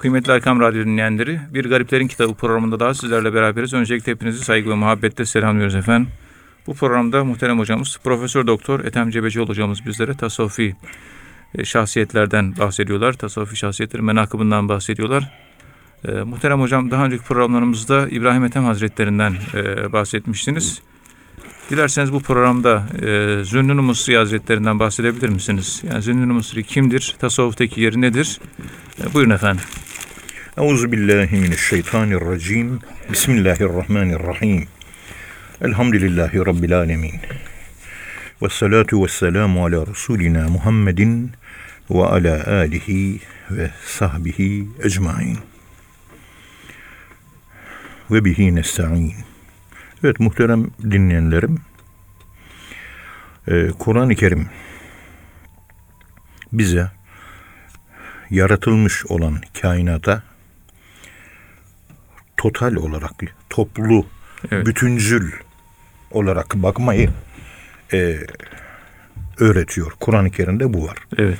Kıymetli Erkam Radyo dinleyenleri, Bir Gariplerin Kitabı programında daha sizlerle beraberiz. Öncelikle hepinizi saygı ve muhabbetle selamlıyoruz efendim. Bu programda muhterem hocamız Profesör Doktor Ethem Cebecioğlu hocamız bizlere tasavvufi şahsiyetlerden bahsediyorlar. Tasavvufi şahsiyetlerin menakıbından bahsediyorlar. Muhterem hocam, daha önceki programlarımızda İbrahim Ethem Hazretlerinden bahsetmiştiniz. Dilerseniz bu programda Zünnun-u Mısri Hazretlerinden bahsedebilir misiniz? Yani Zünnun-u Mısri kimdir? Tasavvuftaki yeri nedir? Buyurun efendim. Euzubillahimineşşeytanirracim. Bismillahirrahmanirrahim. Elhamdülillahi Rabbil alemin. Vessalatu vesselamu ala Resulina Muhammedin ve ala alihi ve sahbihi ecmain. Ve bihi nesta'in. Evet muhterem dinleyenlerim, Kur'an-ı Kerim bize yaratılmış olan kainata total olarak, toplu, evet, bütüncül olarak bakmayı öğretiyor. Kur'an-ı Kerim'de bu var. Evet.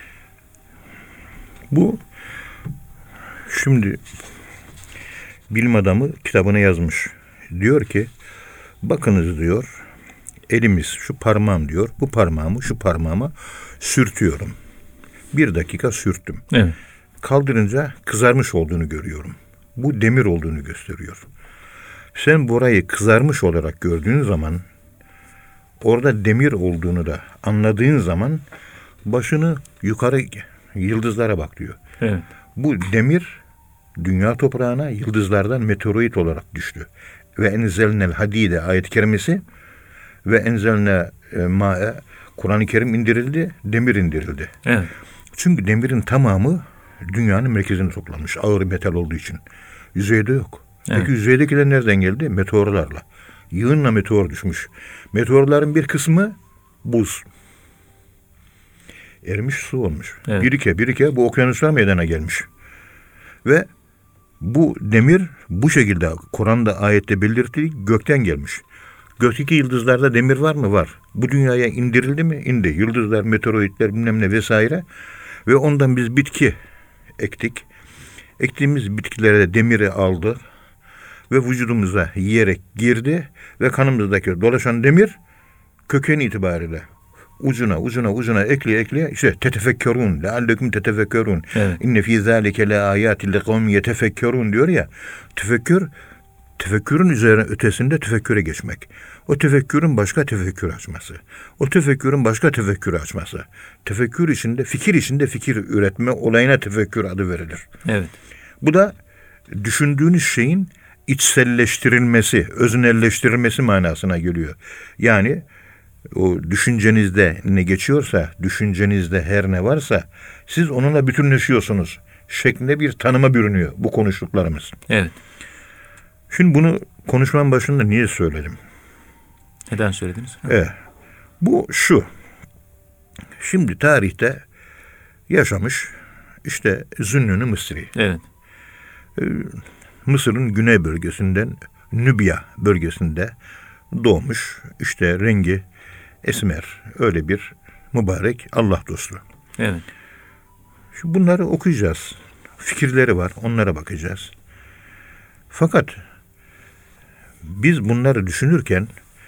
Bu şimdi bilim adamı kitabına yazmış. Diyor ki, bakınız diyor, elimiz, şu parmağım diyor, bu parmağımı şu parmağıma sürtüyorum. 1 dakika sürttüm. Evet. Kaldırınca kızarmış olduğunu görüyorum. Bu demir olduğunu gösteriyor. Sen burayı kızarmış olarak gördüğün zaman, orada demir olduğunu da anladığın zaman başını yukarı yıldızlara bak diyor. Evet. Bu demir dünya toprağına yıldızlardan meteorit olarak düştü. Ve enzelnel hadide ayet-i kerimesi ve enzelne ma'e, Kur'an-ı Kerim indirildi, demir indirildi. Evet. Çünkü demirin tamamı dünyanın merkezine toplanmış. Ağır metal olduğu için. Yüzeyde yok. Evet. Peki yüzeydekiler nereden geldi? Meteorlarla. Yığınla meteor düşmüş. Meteorların bir kısmı buz. Erimiş su olmuş. Evet. Birike bu okyanuslar meydana gelmiş. Ve bu demir bu şekilde Kur'an'da ayette belirtildiği gökten gelmiş. Gökteki yıldızlarda demir var mı? Var. Bu dünyaya indirildi mi? İndi. Yıldızlar, meteoroidler bilmem ne vesaire. Ve ondan biz bitki ektik. Ektiğimiz bitkilere de demiri aldı. Ve vücudumuza yiyerek girdi. Ve kanımızdaki dolaşan demir köken itibariyle ucuna ekleye işte tetefekkerun leallekum tetefekkerun inne fî zâlike le âyâtin lekavmin yetefekkerun diyor ya. Tefekkürün üzerine ötesinde tefekküre geçmek. O tefekkürün başka tefekkür açması. O tefekkürün başka tefekkür açması. Tefekkür içinde, fikir üretme olayına tefekkür adı verilir. Evet. Bu da düşündüğünüz şeyin içselleştirilmesi, öznelleştirilmesi manasına geliyor. Yani o düşüncenizde ne geçiyorsa, düşüncenizde her ne varsa siz onunla bütünleşiyorsunuz şeklinde bir tanıma bürünüyor bu konuştuklarımız. Evet. Şimdi bunu konuşmanın başında niye söyledim? Neden söylediniz? Evet. Bu şu. Şimdi tarihte yaşamış işte Zünnun-u Mısri. Evet. Mısır'ın güney bölgesinden Nübya bölgesinde doğmuş. İşte rengi esmer. Öyle bir mübarek Allah dostu. Evet. Şimdi bunları okuyacağız. Fikirleri var. Onlara bakacağız. Fakat biz bunları düşünürken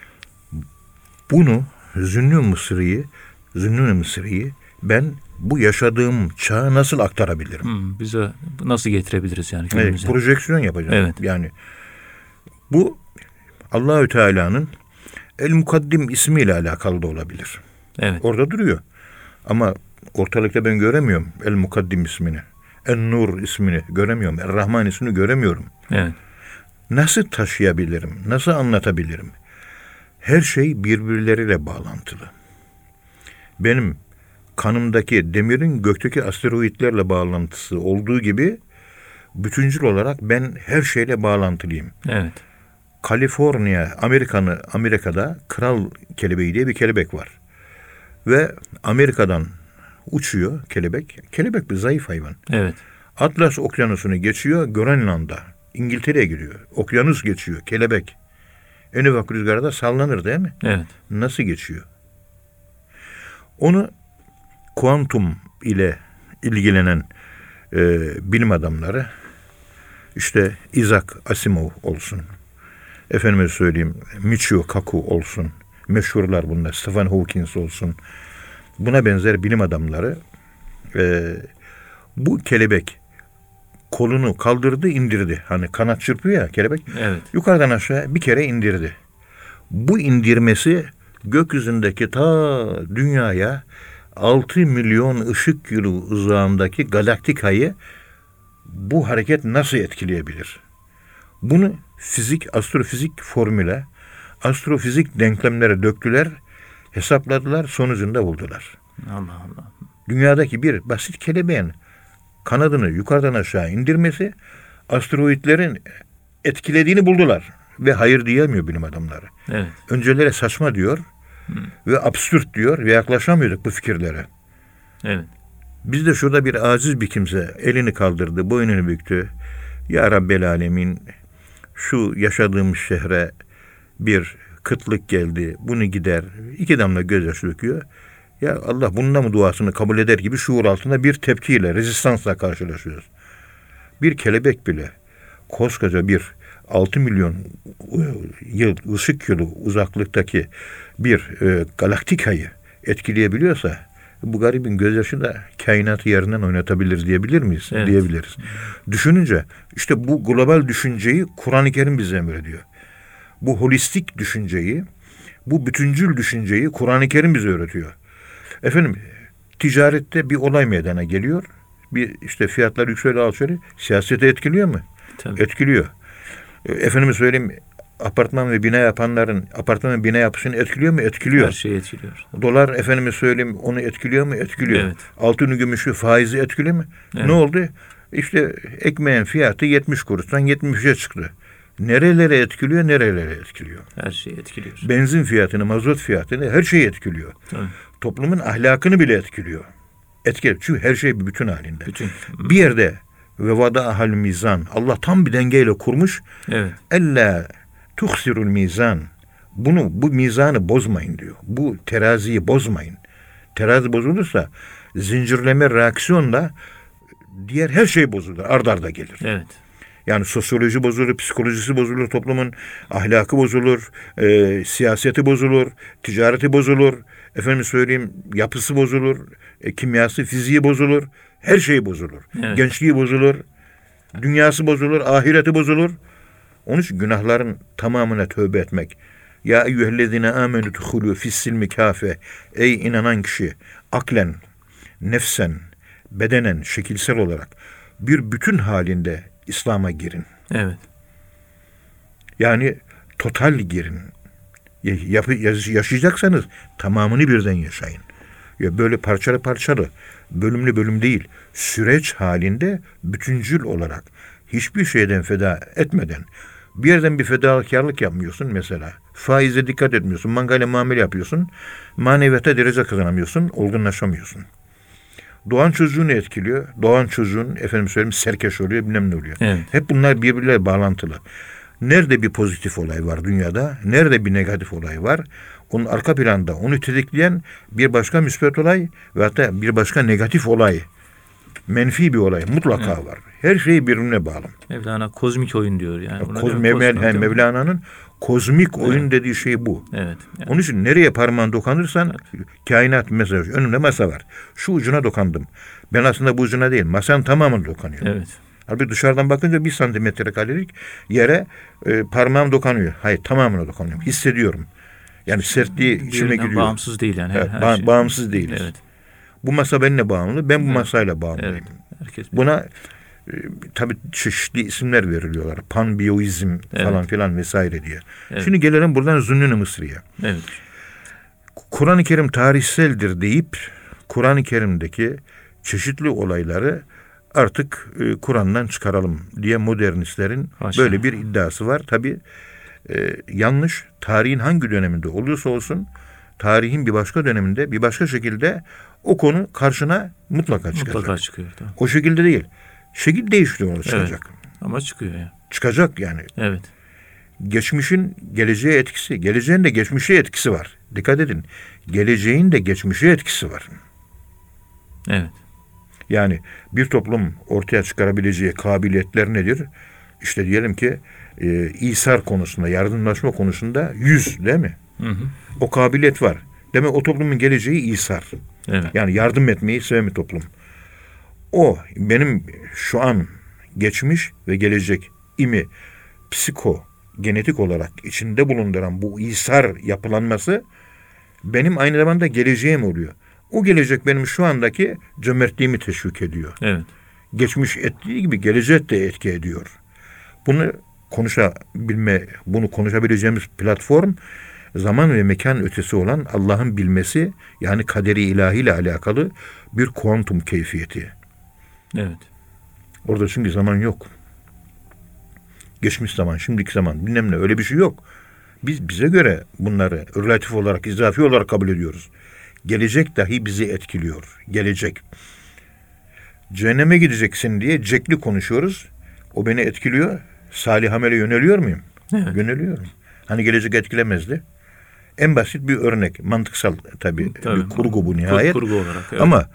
bunu Zünnun-u Mısri'yi ben bu yaşadığım çağa nasıl aktarabilirim? Bize nasıl getirebiliriz yani? Evet, projeksiyon yapacağım. Evet. Yani bu Allahü Teala'nın El-Mukaddim ismiyle alakalı da olabilir. Evet. Orada duruyor. Ama ortalıkta ben göremiyorum El-Mukaddim ismini. En-Nur ismini göremiyorum. Er-Rahman ismini göremiyorum. Evet. Nasıl taşıyabilirim? Nasıl anlatabilirim? Her şey birbirleriyle bağlantılı. Benim kanımdaki demirin gökteki asteroidlerle bağlantısı olduğu gibi bütüncül olarak ben her şeyle bağlantılıyım. Evet. Kaliforniya, Amerika'da kral kelebeği diye bir kelebek var. Ve Amerika'dan uçuyor kelebek. Kelebek bir zayıf hayvan. Evet. Atlas Okyanusu'nu geçiyor Grönland'a. İngiltere'ye gidiyor. Okyanus geçiyor. Kelebek. En ufak rüzgarda sallanır değil mi? Evet. Nasıl geçiyor? Onu kuantum ile ilgilenen bilim adamları, işte Isaac Asimov olsun, efendime söyleyeyim Michio Kaku olsun, meşhurlar bunlar, Stephen Hawking olsun, buna benzer bilim adamları bu kelebek kolunu kaldırdı, indirdi. Hani kanat çırpıyor ya kelebek. Evet. Yukarıdan aşağı bir kere indirdi. Bu indirmesi gökyüzündeki ta dünyaya 6 milyon ışık yılı uzağındaki galaktikayı bu hareket nasıl etkileyebilir? Bunu astrofizik formüle, astrofizik denklemlere döktüler, hesapladılar, sonucunda buldular. Allah Allah. Dünyadaki bir basit kelebeğin kanadını yukarıdan aşağı indirmesi asteroidlerin etkilediğini buldular. Ve hayır diyemiyor bilim adamları. Evet. Önceleri saçma diyor ve absürt diyor ve yaklaşamıyorduk bu fikirlere. Evet. Biz de şurada bir aciz bir kimse elini kaldırdı, boynunu büktü. Ya Rabbel Alemin, şu yaşadığımız şehre bir kıtlık geldi, bunu gider. 2 damla gözyaşı döküyor. Ya Allah bununla mı duasını kabul eder gibi şuur altında bir tepkiyle, rezistansla karşılaşıyoruz. Bir kelebek bile koskoca bir 6 milyon yıl, ışık yılı uzaklıktaki bir galaktikayı etkileyebiliyorsa bu garibin gözyaşı da kainatı yerinden oynatabilir diyebilir miyiz? Evet. Diyebiliriz. Düşününce işte bu global düşünceyi Kur'an-ı Kerim bize emrediyor. Bu holistik düşünceyi, bu bütüncül düşünceyi Kur'an-ı Kerim bize öğretiyor. Efendim ticarette bir olay meydana geliyor. Bir işte fiyatlar yükseliyor, alçalıyor. Siyasete etkiliyor mu? Tabii. Etkiliyor. Efendime söyleyeyim, apartman ve bina yapanların apartman ve bina yapısını etkiliyor mu? Etkiliyor. Her şeyi etkiliyor. Dolar efendime söyleyeyim onu etkiliyor mu? Etkiliyor. Evet. Altını, gümüşü, faizi etkiliyor mu? Evet. Ne oldu? İşte ekmeğin fiyatı 70 kuruştan 70'e çıktı. Nerelere etkiliyor, nerelere etkiliyor? Her şeyi etkiliyor. Benzin fiyatını, mazot fiyatını, her şeyi etkiliyor. Tabii. Toplumun ahlakını bile etkiliyor. Etkiliyor. Çünkü her şey bir bütün halinde. Bütün. Bir yerde ve vada'ahal mizan. Allah tam bir dengeyle kurmuş. Evet. Ella tuhsirul mizan. Bu mizanı bozmayın diyor. Bu teraziyi bozmayın. Terazi bozulursa zincirleme reaksiyonla diğer her şey bozulur. Ard arda gelir. Evet. Yani sosyoloji bozulur, psikolojisi bozulur, toplumun ahlakı bozulur, siyaseti bozulur, ticareti bozulur, efendim söyleyeyim yapısı bozulur, kimyası, fiziği bozulur, her şey bozulur. Evet. Gençliği bozulur, dünyası bozulur, ahireti bozulur. Onun için günahların tamamına tövbe etmek. Ya eyyühellezine amenü tuhulû fissilmi kâfe. Ey inanan kişi, aklen, nefsen, bedenen, şekilsel olarak bir bütün halinde İslam'a girin. Evet. Yani total girin. Yaşayacaksanız tamamını birden yaşayın. Ya böyle parçalı parçalı, bölümlü bölüm değil, süreç halinde bütüncül olarak hiçbir şeyden feda etmeden bir yerden bir fedakarlık yapmıyorsun mesela. Faize dikkat etmiyorsun, mangayla muamele yapıyorsun, maneviyata derece kazanamıyorsun, olgunlaşamıyorsun. Doğan çocuğunu etkiliyor. Doğan çocuğun efendim söyleyeyim serkeş oluyor, bilmem ne oluyor. Evet. Hep bunlar birbirleriyle bağlantılı. Nerede bir pozitif olay var dünyada, nerede bir negatif olay var, onun arka planda onu tetikleyen bir başka müspet olay ve hatta bir başka negatif olay, menfi bir olay mutlaka var. Her şey birbirine bağlı. Mevlana kozmik oyun diyor yani. Mevlana'nın kozmik oyun dediği şey bu. Evet. Yani. Onun için nereye parmağın dokanırsan kainat mesela önümde masa var. Şu ucuna dokandım. Ben aslında bu ucuna değil, masanın tamamını dokanıyorum. Evet. Halbuki dışarıdan bakınca 1 santimetre karelik yere parmağım dokanıyor. Hayır, tamamına dokanıyorum. Hissediyorum. Yani sertliği içime giriyor. Bağımsız değil yani. Evet, her şey. Bağımsız değiliz. Evet. Bu masa benimle bağımlı. Ben bu masayla bağımlıyım. Evet. Herkes Buna tabii çeşitli isimler veriliyorlar. Panbiyoizm falan filan vesaire diye. Evet. Şimdi gelelim buradan Zünnün-i Mısri'ye. Evet. Kur'an-ı Kerim tarihseldir deyip Kur'an-ı Kerim'deki çeşitli olayları artık Kur'an'dan çıkaralım diye modernistlerin böyle bir iddiası var. Tabii yanlış. Tarihin hangi döneminde olursa olsun tarihin bir başka döneminde bir başka şekilde o konu karşına mutlaka çıkacak. Mutlaka çıkıyor. Tamam. O şekilde değil. Şekil değiştiriyor, çıkacak. Evet. Ama çıkıyor ya. Çıkacak yani. Evet. Geçmişin geleceğe etkisi, geleceğin de geçmişe etkisi var. Dikkat edin. Geleceğin de geçmişe etkisi var. Evet. Yani bir toplum ortaya çıkarabileceği kabiliyetler nedir? İşte diyelim ki İsar konusunda, yardımlaşma konusunda 100 değil mi? Hı hı. O kabiliyet var. Demek o toplumun geleceği İsar. Evet. Yani yardım etmeyi seven bir toplum. O benim şu an, geçmiş ve gelecek imi genetik olarak içinde bulunduran bu İsar yapılanması benim aynı zamanda geleceğim oluyor. O gelecek benim şu andaki cömertliğimi teşvik ediyor. Evet. Geçmiş ettiği gibi gelecek de etki ediyor. Bunu bunu konuşabileceğimiz platform, zaman ve mekan ötesi olan Allah'ın bilmesi, yani kaderi ilahiyle alakalı bir kuantum keyfiyeti. Evet. Orada çünkü zaman yok. Geçmiş zaman, şimdiki zaman, bilmem ne, öyle bir şey yok. Biz bize göre bunları relatif olarak, izafi olarak kabul ediyoruz. Gelecek dahi bizi etkiliyor. Gelecek. Cehenneme gideceksin diye cekli konuşuyoruz. O beni etkiliyor. Salih amele yöneliyor muyum? Evet. Yöneliyorum. Hani gelecek etkilemezdi. En basit bir örnek. Mantıksal tabii. Bir kurgu bu nihayet. Kurgu olarak. Evet. Ama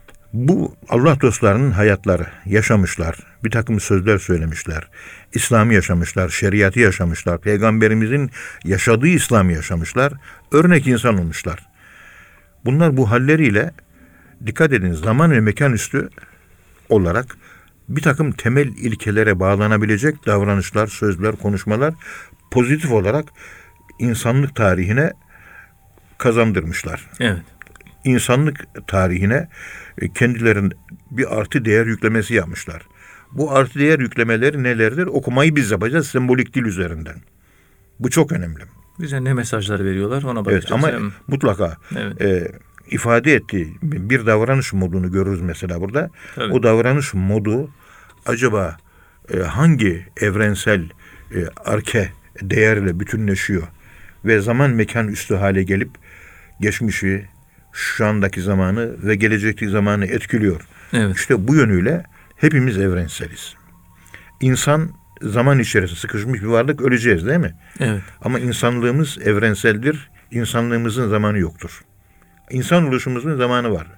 bu Allah dostlarının hayatları, yaşamışlar. Bir takım sözler söylemişler. İslam'ı yaşamışlar, şeriatı yaşamışlar. Peygamberimizin yaşadığı İslam'ı yaşamışlar. Örnek insan olmuşlar. Bunlar bu halleriyle, dikkat edin, zaman ve mekan üstü olarak bir takım temel ilkelere bağlanabilecek davranışlar, sözler, konuşmalar pozitif olarak insanlık tarihine kazandırmışlar. Evet. İnsanlık tarihine kendilerinin bir artı değer yüklemesi yapmışlar. Bu artı değer yüklemeleri nelerdir? Okumayı biz yapacağız sembolik dil üzerinden. Bu çok önemli. Bize ne mesajlar veriyorlar ona bakacağız. Evet, ama mutlaka ifade ettiği bir davranış modunu görürüz mesela burada. Tabii. O davranış modu acaba hangi evrensel arke değerle bütünleşiyor ve zaman mekan üstü hale gelip geçmişi, şu andaki zamanı ve gelecekteki zamanı etkiliyor. Evet. İşte bu yönüyle hepimiz evrenseliz. İnsan zaman içerisinde sıkışmış bir varlık, öleceğiz değil mi? Evet. Ama insanlığımız evrenseldir. İnsanlığımızın zamanı yoktur. İnsan oluşumuzun zamanı var.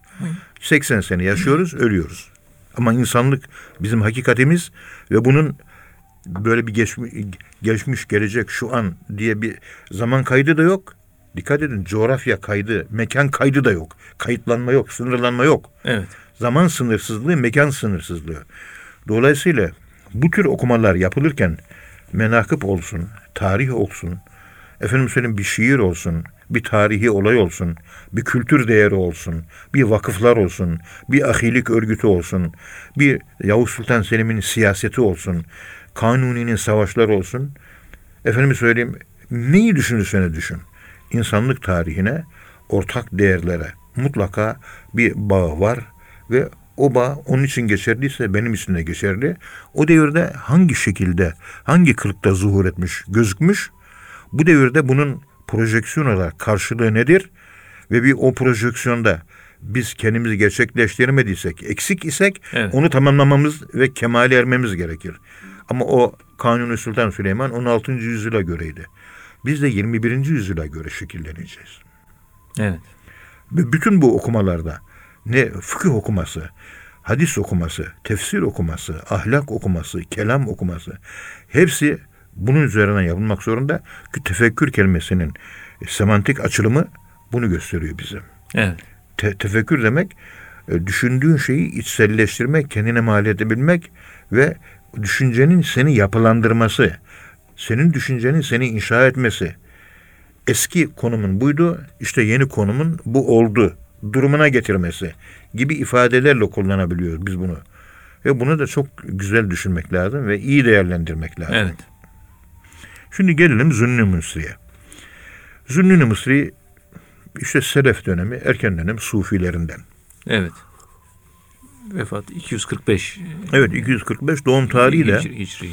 80 sene yaşıyoruz, ölüyoruz. Ama insanlık bizim hakikatimiz ve bunun böyle bir geçmiş, gelecek, şu an diye bir zaman kaydı da yok. Dikkat edin, coğrafya kaydı, mekan kaydı da yok. Kayıtlanma yok, sınırlanma yok. Evet. Zaman sınırsızlığı, mekan sınırsızlığı. Dolayısıyla bu tür okumalar yapılırken menakıb olsun, tarih olsun, efendim söyleyeyim bir şiir olsun, bir tarihi olay olsun, bir kültür değeri olsun, bir vakıflar olsun, bir ahilik örgütü olsun, bir Yavuz Sultan Selim'in siyaseti olsun, Kanuni'nin savaşları olsun. Efendim söyleyeyim, neyi düşünürsene düşün. İnsanlık tarihine, ortak değerlere mutlaka bir bağı var ve o bağ onun için geçerliyse benim için de geçerli. O devirde hangi şekilde, hangi kılıkta zuhur etmiş, gözükmüş, bu devirde bunun projeksiyon olarak karşılığı nedir? Ve bir o projeksiyonda biz kendimizi gerçekleştiremediysek, eksik isek onu tamamlamamız ve kemale ermemiz gerekir. Ama o Kanuni Sultan Süleyman 16. yüzyıla göreydi. Biz de 21. yüzyıla göre şekilleneceğiz. Evet. Ve bütün bu okumalarda ne fıkıh okuması, hadis okuması, tefsir okuması, ahlak okuması, kelam okuması hepsi bunun üzerinden yapılmak zorunda ki tefekkür kelimesinin semantik açılımı bunu gösteriyor bize. Evet. Tefekkür demek düşündüğün şeyi içselleştirmek, kendine mal edebilmek ve düşüncenin seni yapılandırması, senin düşüncenin seni inşa etmesi. Eski konumun buydu, işte yeni konumun bu oldu durumuna getirmesi gibi ifadelerle kullanabiliyoruz biz bunu. Ve bunu da çok güzel düşünmek lazım ve iyi değerlendirmek lazım. Evet. Şimdi gelelim Zünnü Mısri'ye. Zünnü Mısri işte Selef dönemi, erken dönem Sufilerinden. Evet. Vefat 245. Evet, 245 doğum tarihi de Hicri.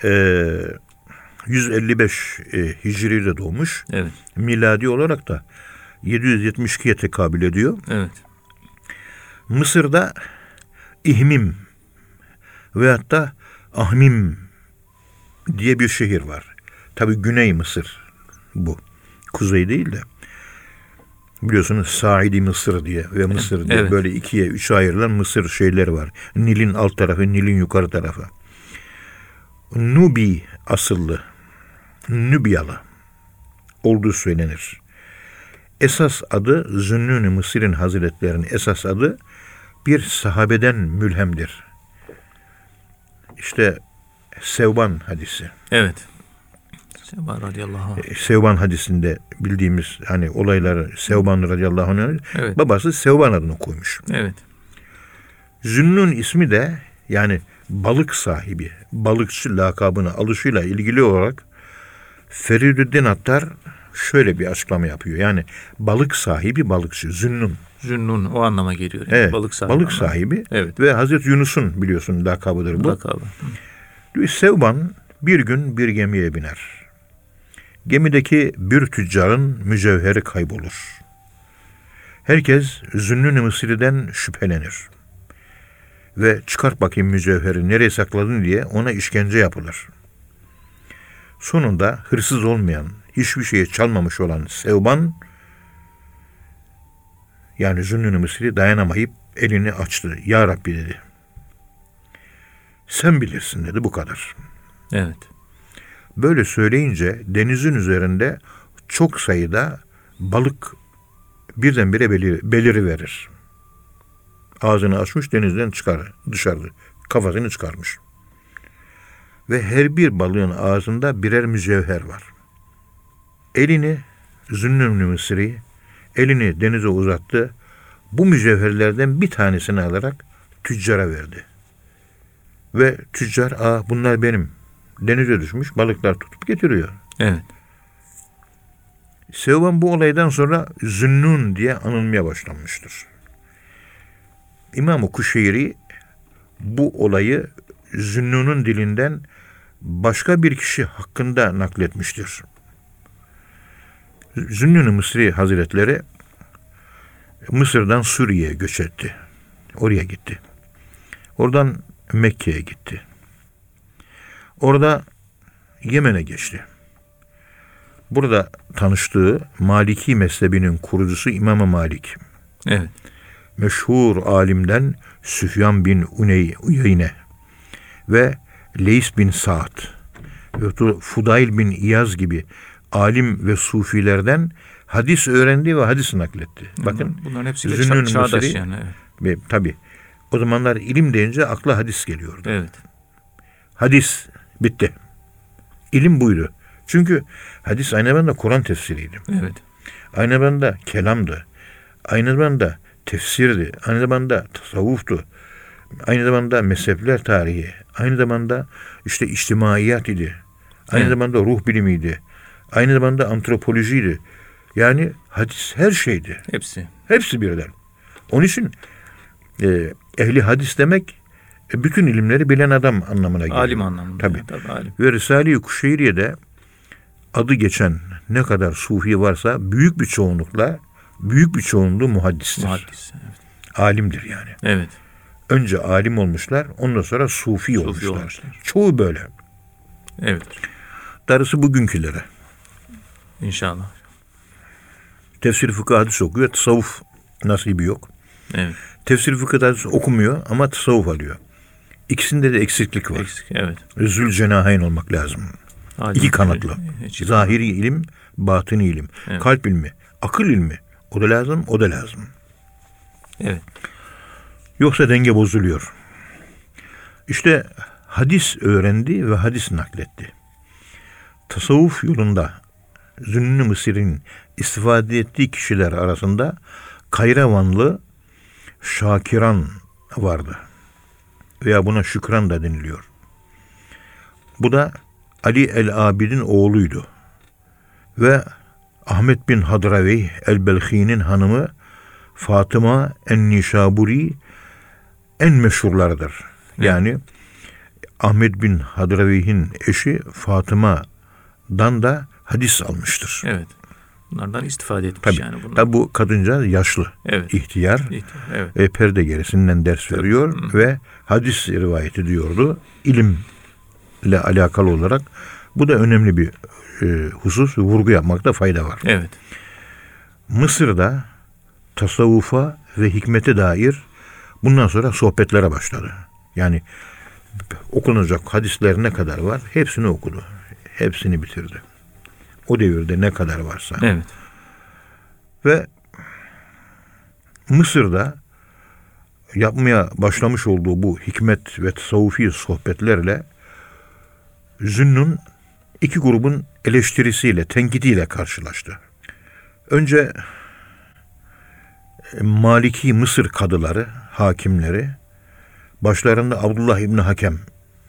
155 Hicri'de doğmuş. Evet. Miladi olarak da 772'ye tekabül ediyor. Evet. Mısır'da İhmim veyahut da Ahmim diye bir şehir var. Tabii Güney Mısır bu. Kuzey değil de. Biliyorsunuz Saidi Mısır diye ve Mısır diye Evet. böyle ikiye, üçe ayrılan Mısır şeyleri var. Nil'in alt tarafı, Nil'in yukarı tarafı. Nubi asıllı, Nübyalı olduğu söylenir. Esas adı Zünnûn-i Mısır'ın Hazretlerinin esas adı bir sahabeden mülhemdir. İşte Sevban hadisi. Evet. Sevban radıyallahu anh. Sevban hadisinde bildiğimiz hani olayları Sevban radıyallahu anh Evet. babası Sevban adını koymuş. Evet. Zünnun ismi de yani balık sahibi, balıkçı lakabını alışıyla ilgili olarak Feridüddin Attar şöyle bir açıklama yapıyor. Yani balık sahibi, balıkçı, Zünnun. Zünnun o anlama geliyor. Yani. Evet, Balık sahibi. balık sahibi Evet. ve Hazreti Yunus'un biliyorsun lakabıdır bu. Lakabı. Sevban bir gün bir gemiye biner. Gemideki bir tüccarın mücevheri kaybolur. Herkes Zünnun-i Mısri'den şüphelenir. Ve çıkart bakayım mücevheri nereye sakladın diye ona işkence yapılır. Sonunda hırsız olmayan, hiçbir şeye çalmamış olan Sevban, yani Zünnun-i Mısri dayanamayıp elini açtı. Ya Rabbi dedi. Sen bilirsin dedi, bu kadar. Evet. Böyle söyleyince denizin üzerinde çok sayıda balık birdenbire beliriverir. Ağzını açmış, denizden dışarı kafasını çıkarmış. Ve her bir balığın ağzında birer mücevher var. Elini Zünnun-i Mısri elini denize uzattı. Bu mücevherlerden bir tanesini alarak tüccara verdi. Ve tüccar, bunlar benim. Denize düşmüş, balıklar tutup getiriyor. Evet. Sevban bu olaydan sonra Zünnun diye anılmaya başlanmıştır. İmam-ı Kuşeyri bu olayı Zünnun'un dilinden başka bir kişi hakkında nakletmiştir. Zünnun-i Mısri Hazretleri Mısır'dan Suriye'ye göç etti. Oraya gitti. Oradan Mekke'ye gitti. Orada Yemen'e geçti. Burada tanıştığı Maliki mezhebinin kurucusu İmam-ı Malik. Evet. Meşhur alimden Süfyan bin Uyeyne ve Leys bin Sa'd ve Fudayl bin İyaz gibi alim ve sufilerden hadis öğrendi ve hadis nakletti. Bakın bunların hepsi Zünnun-i çağdaş Mısri, yani. Evet. ve tabii o zamanlar ilim deyince akla hadis geliyordu. Evet. Hadis bitti. İlim buydu. Çünkü hadis aynı zamanda Kur'an tefsiriydi. Evet. Aynı zamanda kelamdı. Aynı zamanda tefsirdi. Aynı zamanda tasavvuftu. Aynı zamanda mezhepler tarihi. Aynı zamanda işte içtimaiyat idi. Aynı Evet. zamanda ruh bilimiydi. Aynı zamanda antropolojiydi. Yani hadis her şeydi. Hepsi. Hepsi birden. Onun için ehli hadis demek bütün ilimleri bilen adam anlamına geliyor. Alim anlamında. Tabii. Yani, tabii alim. Ve Risale-i Kuşeyriye'de adı geçen ne kadar sufi varsa büyük bir çoğunluğu muhaddistir. Muhaddis. Evet. Alimdir yani. Evet. Önce alim olmuşlar, ondan sonra sufi olmuşlar. Çoğu böyle. Evet. Darısı bugünkülere. İnşallah. Tefsir, fıkıh, hadis okuyor, tasavvuf nasibi yok. Evet. Tefsir, fıkıh, hadis okumuyor ama tasavvuf alıyor. İkisinde de eksiklik var. Eksik. Evet. Zülcenahayn olmak lazım. Alim. İki kanatlı. Evet. Zahiri ilim, batini ilim. Evet. Kalp ilmi, akıl ilmi. O da lazım, o da lazım. Evet. Yoksa denge bozuluyor. İşte hadis öğrendi ve hadis nakletti. Tasavvuf yolunda Zünnun-i Mısri'nin istifade ettiği kişiler arasında Kayravanlı Şakiran vardı. Veya buna Şükran da deniliyor. Bu da Ali el-Abid'in oğluydu. Ve Ahmet bin Hadraveyh el-Belhi'nin hanımı Fatıma en-Nişaburi en meşhurlardır. Yani Ahmet bin Hadraveyh'in eşi Fatıma'dan da hadis almıştır. Evet. Bunlardan istifade etmiş yani bunlar. Tabi bu kadınca yaşlı, evet. ihtiyar, evet. Perde gerisinden ders veriyor ve hadis rivayet ediyordu. İlimle alakalı olarak bu da önemli bir husus, vurgu yapmakta fayda var. Evet. Mısır'da tasavvufa ve hikmete dair bundan sonra sohbetlere başladı. Yani okunacak hadisler ne kadar var hepsini okudu. Hepsini bitirdi. O devirde ne kadar varsa. Evet. Ve Mısır'da yapmaya başlamış olduğu bu hikmet ve tasavvufi sohbetlerle Zünnun iki grubun eleştirisiyle, tenkidiyle karşılaştı. Önce Maliki Mısır kadıları, hakimleri, başlarında Abdullah İbni Hakem,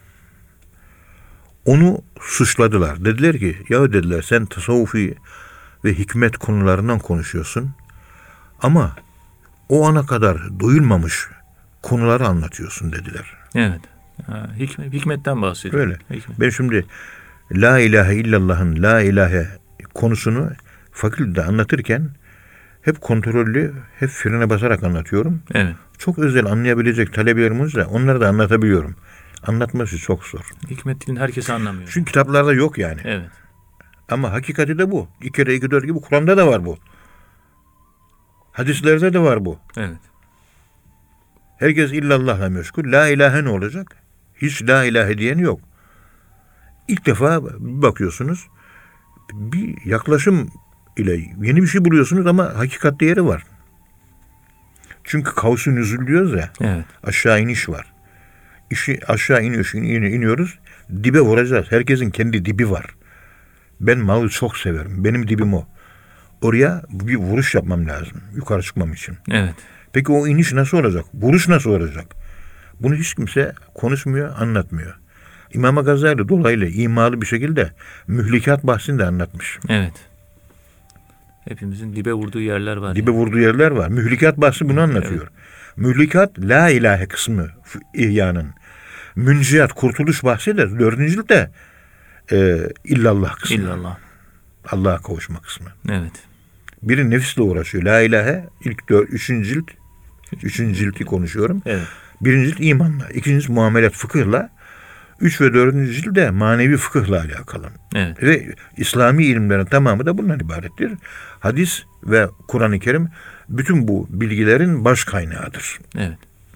onu suçladılar. Dediler ki, ya dediler sen tasavvufi ve hikmet konularından konuşuyorsun ama o ana kadar duyulmamış konuları anlatıyorsun dediler. Evet. Hikmetten bahsediyor. Öyle. Hikmet. Ben şimdi La ilahe illallah'ın La ilahe konusunu fakültede anlatırken hep kontrollü, hep frene basarak anlatıyorum. Evet. Çok özel anlayabilecek talebelerimiz de onları da anlatabiliyorum. Anlatması çok zor. Hikmet dilini herkes anlamıyor. Çünkü kitaplarda yok yani. Evet. Ama hakikati de bu. 2 kere 2 4 gibi Kur'an'da da var bu. Hadislerde de var bu. Evet. Herkes illallahla meşgul. La ilahe ne olacak? Hiç la ilahe diyen yok. İlk defa bakıyorsunuz bir yaklaşım ile yeni bir şey buluyorsunuz ama hakikat değeri var. Çünkü kavs-ı nüzul diyoruz ya. Evet. Aşağı iniş var. Aşağı iniyoruz. Dibe vuracağız. Herkesin kendi dibi var. Ben malı çok severim. Benim dibim o. Oraya bir vuruş yapmam lazım. Yukarı çıkmam için. Evet. Peki o iniş nasıl olacak? Vuruş nasıl olacak? Bunu hiç kimse konuşmuyor, anlatmıyor. İmam Gazali dolaylı, imalı bir şekilde mühlikat bahsini de anlatmış. Evet. Hepimizin dibe vurduğu yerler var. Dibe vurduğu yerler var. Mühlikat bahsi bunu anlatıyor. Evet. Mühlikat, la ilahe kısmı İhya'nın. Münciyat, kurtuluş bahsi de 4. ciltte illallah kısmı. İllallah. Allah'a kavuşma kısmı. Evet. Biri nefisle uğraşıyor. La ilahe ilk 3. cilt. 3. cilti konuşuyorum. Evet. 1. cilt imanla. 2. cilt muamelat fıkıhla. 3 ve 4. cilt de manevi fıkıhla alakalı. Evet. Ve İslami ilimlerin tamamı da bundan ibarettir. Hadis ve Kur'an-ı Kerim bütün bu bilgilerin baş kaynağıdır. Evet.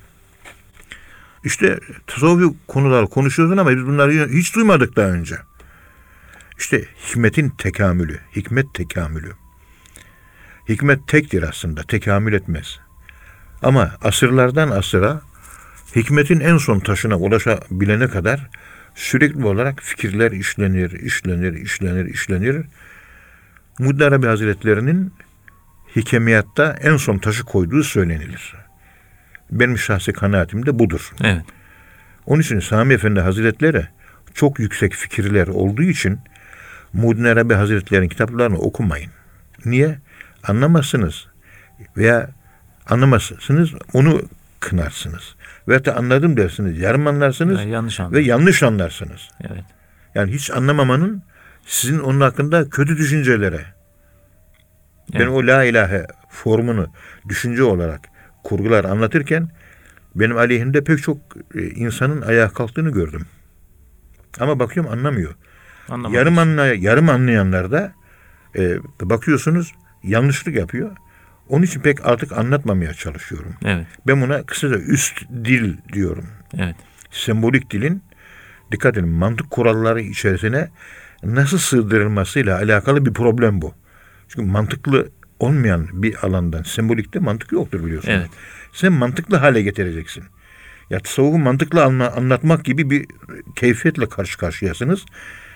İşte tasavvufi konular konuşuyorsun ama biz bunları hiç duymadık daha önce. İşte hikmetin tekamülü, hikmet tekamülü. Hikmet tektir aslında, tekamül etmez. Ama asırlardan asıra hikmetin en son taşına ulaşabilene kadar sürekli olarak fikirler işlenir. Muhyiddin Arabi Hazretleri'nin hikemiyatta en son taşı koyduğu söylenilir. Benim şahsi kanaatim de budur. Evet. Onun için Sami Efendi Hazretleri çok yüksek fikirler olduğu için Muhyiddin Arabi Hazretleri'nin kitaplarını okumayın. Niye? Anlamazsınız. Veya anlamazsınız, onu kınarsınız. Veya da anladım dersiniz, yarım anlarsınız ve yanlış anlarsınız. Evet. Yani hiç anlamamanın sizin onun hakkında kötü düşüncelere. Evet. Ben o la ilahe formunu düşünce olarak kurgular anlatırken benim aleyhimde pek çok insanın ayağa kalktığını gördüm. Ama bakıyorum anlamıyor. Yarım anlayanlar da bakıyorsunuz yanlışlık yapıyor. Onun için pek artık anlatmamaya çalışıyorum. Evet. Ben buna kısaca üst dil diyorum. Evet. Sembolik dilin dikkat edin mantık kuralları içerisine nasıl sığdırılmasıyla alakalı bir problem bu. Çünkü mantıklı olmayan bir alandan sembolikte mantık yoktur biliyorsun. Evet. Sen mantıklı hale getireceksin. Ya tasavvufu mantıklı anlatmak gibi bir keyfiyetle karşı karşıyasınız.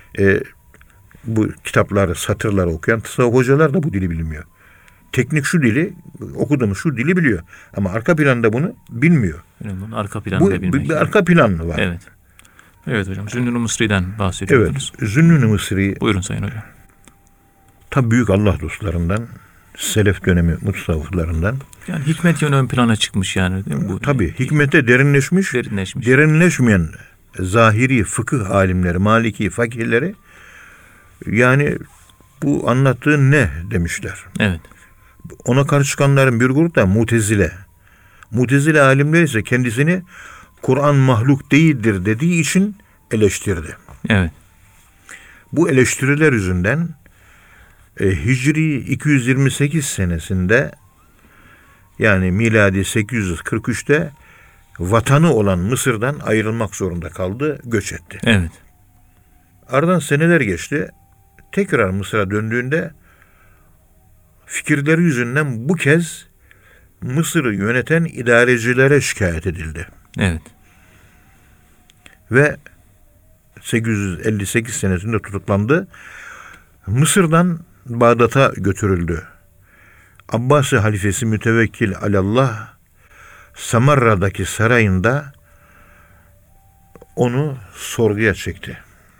Bu kitapları, satırları okuyan tasavvuf hocalar da bu dili bilmiyor. Teknik şu dili, okuduğumuz şu dili biliyor. Ama arka planda bunu bilmiyor. Bunun arka planını bilmek. Bir arka planı var. Evet. Evet hocam. Zünnun-u Mısri'den bahsediyordunuz. Evet. Zünnun-u Mısri. Buyurun Sayın Hocam. Tabi büyük Allah dostlarından, selef dönemi mutasavvıflarından. Yani hikmet yönü ön plana çıkmış yani. Değil mi? Tabii hikmete derinleşmeyen zahiri fıkıh alimleri, maliki fakirleri yani bu anlattığı ne demişler. Evet. Ona karşı çıkanların bir grup da Mutezile. Mutezile alimleri ise kendisini Kur'an mahluk değildir dediği için eleştirdi. Evet. Bu eleştiriler yüzünden Hicri 228 senesinde yani miladi 843'te vatanı olan Mısır'dan ayrılmak zorunda kaldı, göç etti. Evet. Aradan seneler geçti. Tekrar Mısır'a döndüğünde fikirleri yüzünden bu kez Mısır'ı yöneten idarecilere şikayet edildi. Evet. Ve 858 senesinde tutuklandı. Mısır'dan Bağdat'a götürüldü. Abbasi halifesi Mütevekkil Alallah Samarra'daki sarayında onu sorguya çekti.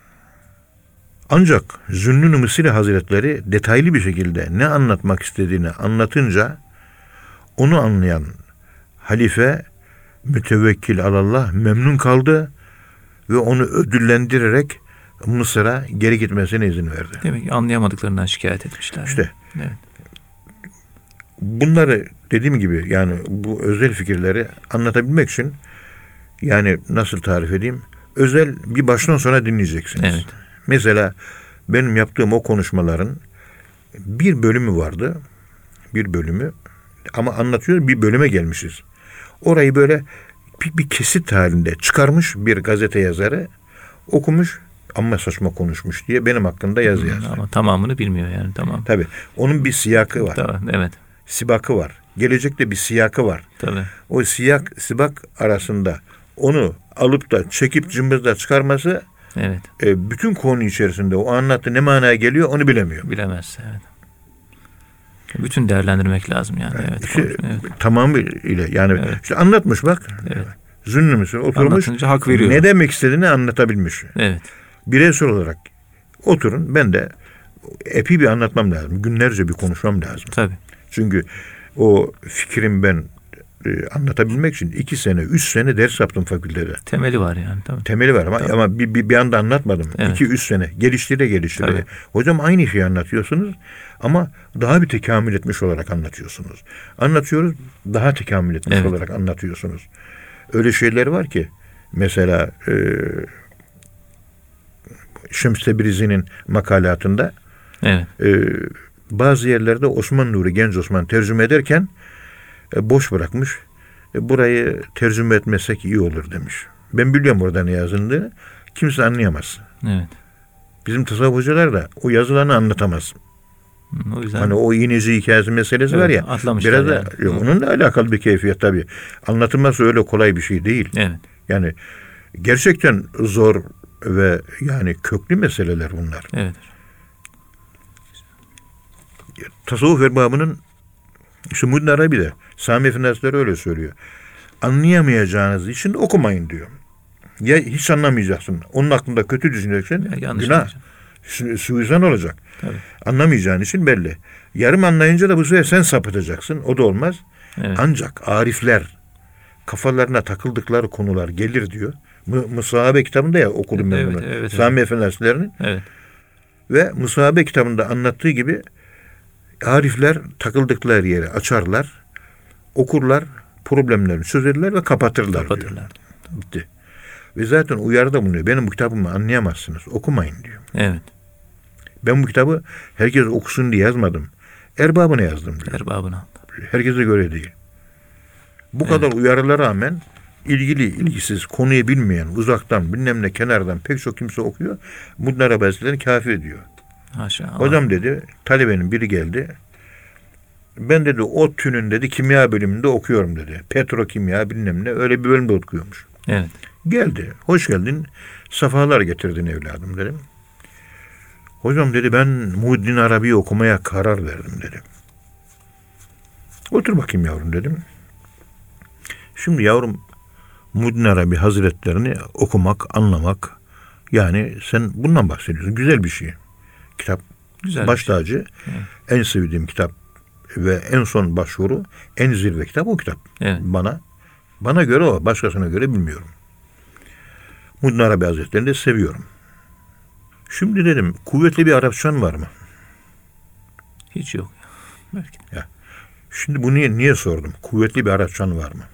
Ancak Zünnun-i Mısri Hazretleri detaylı bir şekilde ne anlatmak istediğini anlatınca onu anlayan halife Mütevekkil Alallah memnun kaldı ve onu ödüllendirerek Mısır'a geri gitmesine izin verdi. Demek ki anlayamadıklarından şikayet etmişler. İşte evet. Bunları dediğim gibi yani bu özel fikirleri anlatabilmek için yani nasıl tarif edeyim? Özel bir baştan sona dinleyeceksiniz. Evet. Mesela benim yaptığım o konuşmaların bir bölümü vardı. Bir bölümü ama anlatıyor bir bölüme gelmişiz. Orayı böyle bir kesit halinde çıkarmış bir gazete yazarı okumuş ama saçma konuşmuş diye benim hakkında yazı yazdı. Ama tamamını bilmiyor yani tamam. Tabii. Onun bir siyakı var. Tamam, evet. Sibakı var. Gelecekte bir siyakı var. Tabii. O sibak arasında onu alıp da çekip cımbızla çıkarması evet. Bütün konu içerisinde o anlattığı ne manaya geliyor onu bilemiyor. Bilemez. Evet. Bütün değerlendirmek lazım yani. Evet. İşte, evet. Tamamıyla yani evet. işte anlatmış bak. Evet. Zünnü Mısır oturmuş. Anlatınca hak veriyor. Ne demek istediğini anlatabilmiş. Evet. Bireysel olarak oturun ben de epey bir anlatmam lazım. Günlerce bir konuşmam lazım. Tabii. Çünkü o fikrim ben anlatabilmek için 2 sene, 3 sene ders yaptım fakültede. Temeli var yani. Tabii. Temeli var ama bir anda anlatmadım. Evet. 2-3 sene geliştire. Tabii. Hocam aynı şeyi anlatıyorsunuz ama daha bir tekamül etmiş olarak anlatıyorsunuz. Anlatıyoruz, daha tekamül etmiş evet. olarak anlatıyorsunuz. Öyle şeyler var ki mesela Şems Tebrizi'nin makalatında evet. Bazı yerlerde Osman Nuri Genç Osman tercüme ederken boş bırakmış. Burayı tercüme etmesek iyi olur demiş. Ben biliyorum orada ne yazıldığını. Kimse anlayamaz. Evet. Bizim tasavvuf hocalar da o yazılarını anlatamaz. O yüzden hani o iğneci hikayesi meselesi evet, var ya. Biraz da yani. Onunla alakalı bir keyfiyet tabii. Anlatılması öyle kolay bir şey değil. Evet. Yani gerçekten zor ve yani köklü meseleler bunlar. Evet. Tasavvuf erbabının işte Muhyiddin Arabi de Sami Efendi Hazretleri öyle söylüyor. Anlayamayacağınız için okumayın diyor. Ya hiç anlamayacaksın. Onun hakkında kötü düşüneceksin. Günah. Suizan olacak. Tabii. Anlamayacağın için belli. Yarım anlayınca da bu sefer sen sapıtacaksın. O da olmaz. Evet. Ancak arifler kafalarına takıldıkları konular gelir diyor. Musahabe kitabında ya okudum ben bunu. Evet, Sami Efendi Hazretleri'nin. Evet. Ve Musahabe kitabında anlattığı gibi arifler takıldıkları yeri açarlar, okurlar, problemlerini çözerler ve kapatırlar diyor. Bitti. Ve zaten uyarıda bulunuyor. Benim bu kitabımı anlayamazsınız. Okumayın diyor. Evet. Ben bu kitabı herkes okusun diye yazmadım. Erbabına yazdım diyor. Erbabına. Herkese göre değil. Bu kadar uyarılara rağmen ilgisiz, konuyu bilmeyen, uzaktan, bilmem ne, kenardan pek çok kimse okuyor. Muhyiddin Arabi Hazretleri kafir diyor. Haşa. Hocam dedi, talebenin biri geldi. Ben dedi ODTÜ'nün dedi kimya bölümünde okuyorum dedi. Petrokimya bilmem ne öyle bir bölümde okuyormuş. Evet. Geldi. Hoş geldin. Safalar getirdin evladım dedim. Hocam dedi ben Muhyiddin Arabi'yi okumaya karar verdim dedi. Otur bakayım yavrum dedim. Şimdi yavrum Muhyiddin Arabi Hazretlerini okumak, anlamak yani sen bundan bahsediyorsun. Güzel bir şey. Kitap Güzel baş tacı. Evet. En sevdiğim kitap ve en son başvuru en zirve kitap o kitap. Evet. Bana göre o. Başkasına göre bilmiyorum. Muhyiddin Arabi Hazretleri'ni de seviyorum. Şimdi dedim kuvvetli bir Arapçan var mı? Hiç yok. Belki. Ya. Şimdi bunu niye sordum? Kuvvetli bir Arapçan var mı?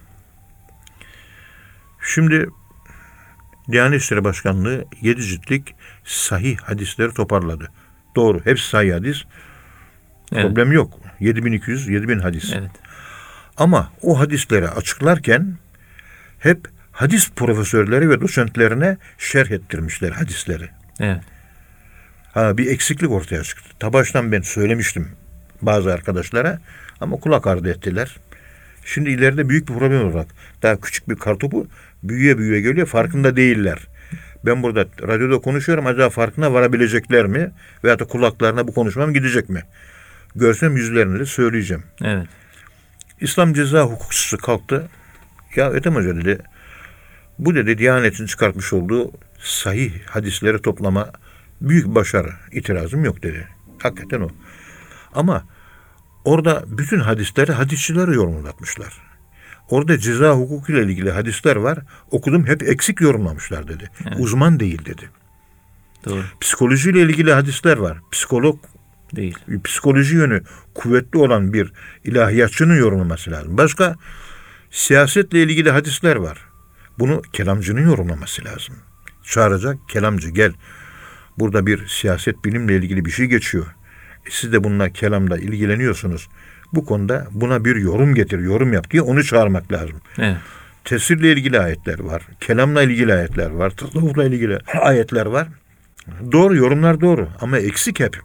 Şimdi Diyanet İşleri Başkanlığı 7 ciltlik sahih hadisleri toparladı. Doğru. Hepsi sahih hadis. Evet. Problem yok. 7200, 7000 hadis. Evet. Ama o hadisleri açıklarken hep hadis profesörleri ve doçentlerine şerh ettirmişler hadisleri. Evet. Bir eksiklik ortaya çıktı. Baştan ben söylemiştim bazı arkadaşlara ama kulak ardı ettiler. Şimdi ileride büyük bir problem olarak daha küçük bir kartopu büyüye büyüye geliyor, farkında değiller. Ben burada radyoda konuşuyorum, acaba farkına varabilecekler mi? Veyahut da kulaklarına bu konuşmam gidecek mi? Görsem yüzlerini de söyleyeceğim. Evet. İslam ceza hukukçusu kalktı. Ya Ethem Hoca dedi, bu dedi Diyanet'in çıkartmış olduğu sahih hadisleri toplama büyük başarı. İtirazım yok dedi. Hakikaten o. Ama orada bütün hadisleri hadisçileri yorumlatmışlar. Orada ceza hukukuyla ilgili hadisler var. Okudum, hep eksik yorumlamışlar dedi. Evet. Uzman değil dedi. Doğru. Psikolojiyle ilgili hadisler var. Psikolog Değil. psikoloji yönü kuvvetli olan bir ilahiyatçının yorumlaması lazım. Başka siyasetle ilgili hadisler var. Bunu kelamcının yorumlaması lazım. Çağıracak, kelamcı gel. Burada bir siyaset bilimle ilgili bir şey geçiyor. Siz de bununla, kelamda ilgileniyorsunuz. Bu konuda buna bir yorum getir, yorum yap diye onu çağırmak lazım. Evet. Tefsirle ilgili ayetler var. Kelamla ilgili ayetler var. Tasavvufla ilgili ayetler var. Doğru, yorumlar doğru ama eksik hep.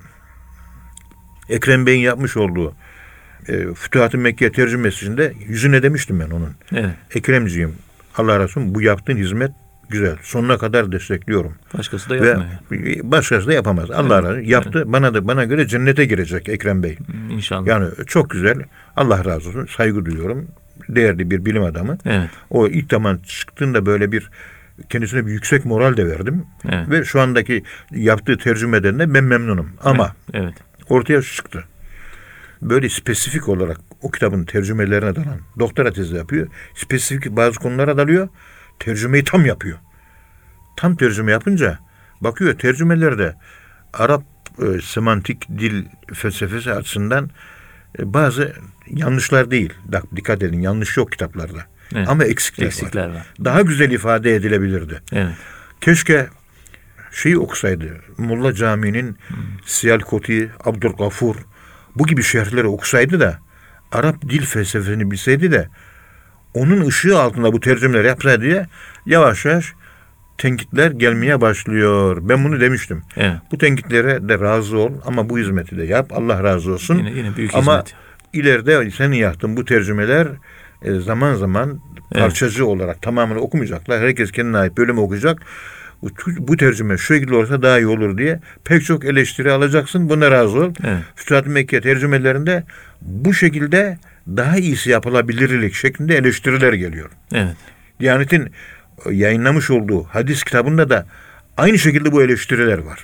Ekrem Bey'in yapmış olduğu Fütuhat-ı Mekke tercümesinde yüzüne demiştim ben onun. Evet. Ekremciğim, Allah razı olsun, bu yaptığın hizmet güzel. Sonuna kadar destekliyorum. Başkası da yapmıyor. Ve başkası da yapamaz. Allah razı olsun. Yaptı. Evet. Bana göre cennete girecek Ekrem Bey. İnşallah. Yani çok güzel. Allah razı olsun. Saygı duyuyorum. Değerli bir bilim adamı. Evet. O ilk zaman çıktığında böyle bir kendisine bir yüksek moral de verdim. Evet. Ve şu andaki yaptığı tercümeden de ben memnunum. Ama evet. ortaya şu çıktı. Böyle spesifik olarak o kitabın tercümelerine dalan doktora tezi yapıyor. Spesifik bazı konulara dalıyor. Tercümeyi tam yapıyor. Tam tercüme yapınca bakıyor tercümelerde Arap semantik dil felsefesi açısından bazı yanlışlar değil. Dikkat edin, yanlış yok kitaplarda. Evet. Ama eksikler var. Daha güzel ifade edilebilirdi. Evet. Keşke şeyi okusaydı. Molla Camii'nin Siyal-Koti, Abdülgafur bu gibi şerhleri okusaydı da Arap dil felsefesini bilseydi de onun ışığı altında bu tercümeleri yapsaydı diye yavaş yavaş tenkitler gelmeye başlıyor. Ben bunu demiştim. Evet. Bu tenkitlere de razı ol ama bu hizmeti de yap. Allah razı olsun. Yine büyük ama hizmet. ileride senin yaptığın bu tercümeler zaman zaman parçacı olarak tamamını okumayacaklar. Herkes kendine ait bölümü okuyacak. Bu tercüme şu şekilde olursa daha iyi olur diye pek çok eleştiri alacaksın. Buna razı ol. Evet. Fütuhat-ı Mekke tercümelerinde bu şekilde daha iyisi yapılabilirlik şeklinde eleştiriler geliyor. Evet. Diyanet'in yayınlamış olduğu hadis kitabında da aynı şekilde bu eleştiriler var.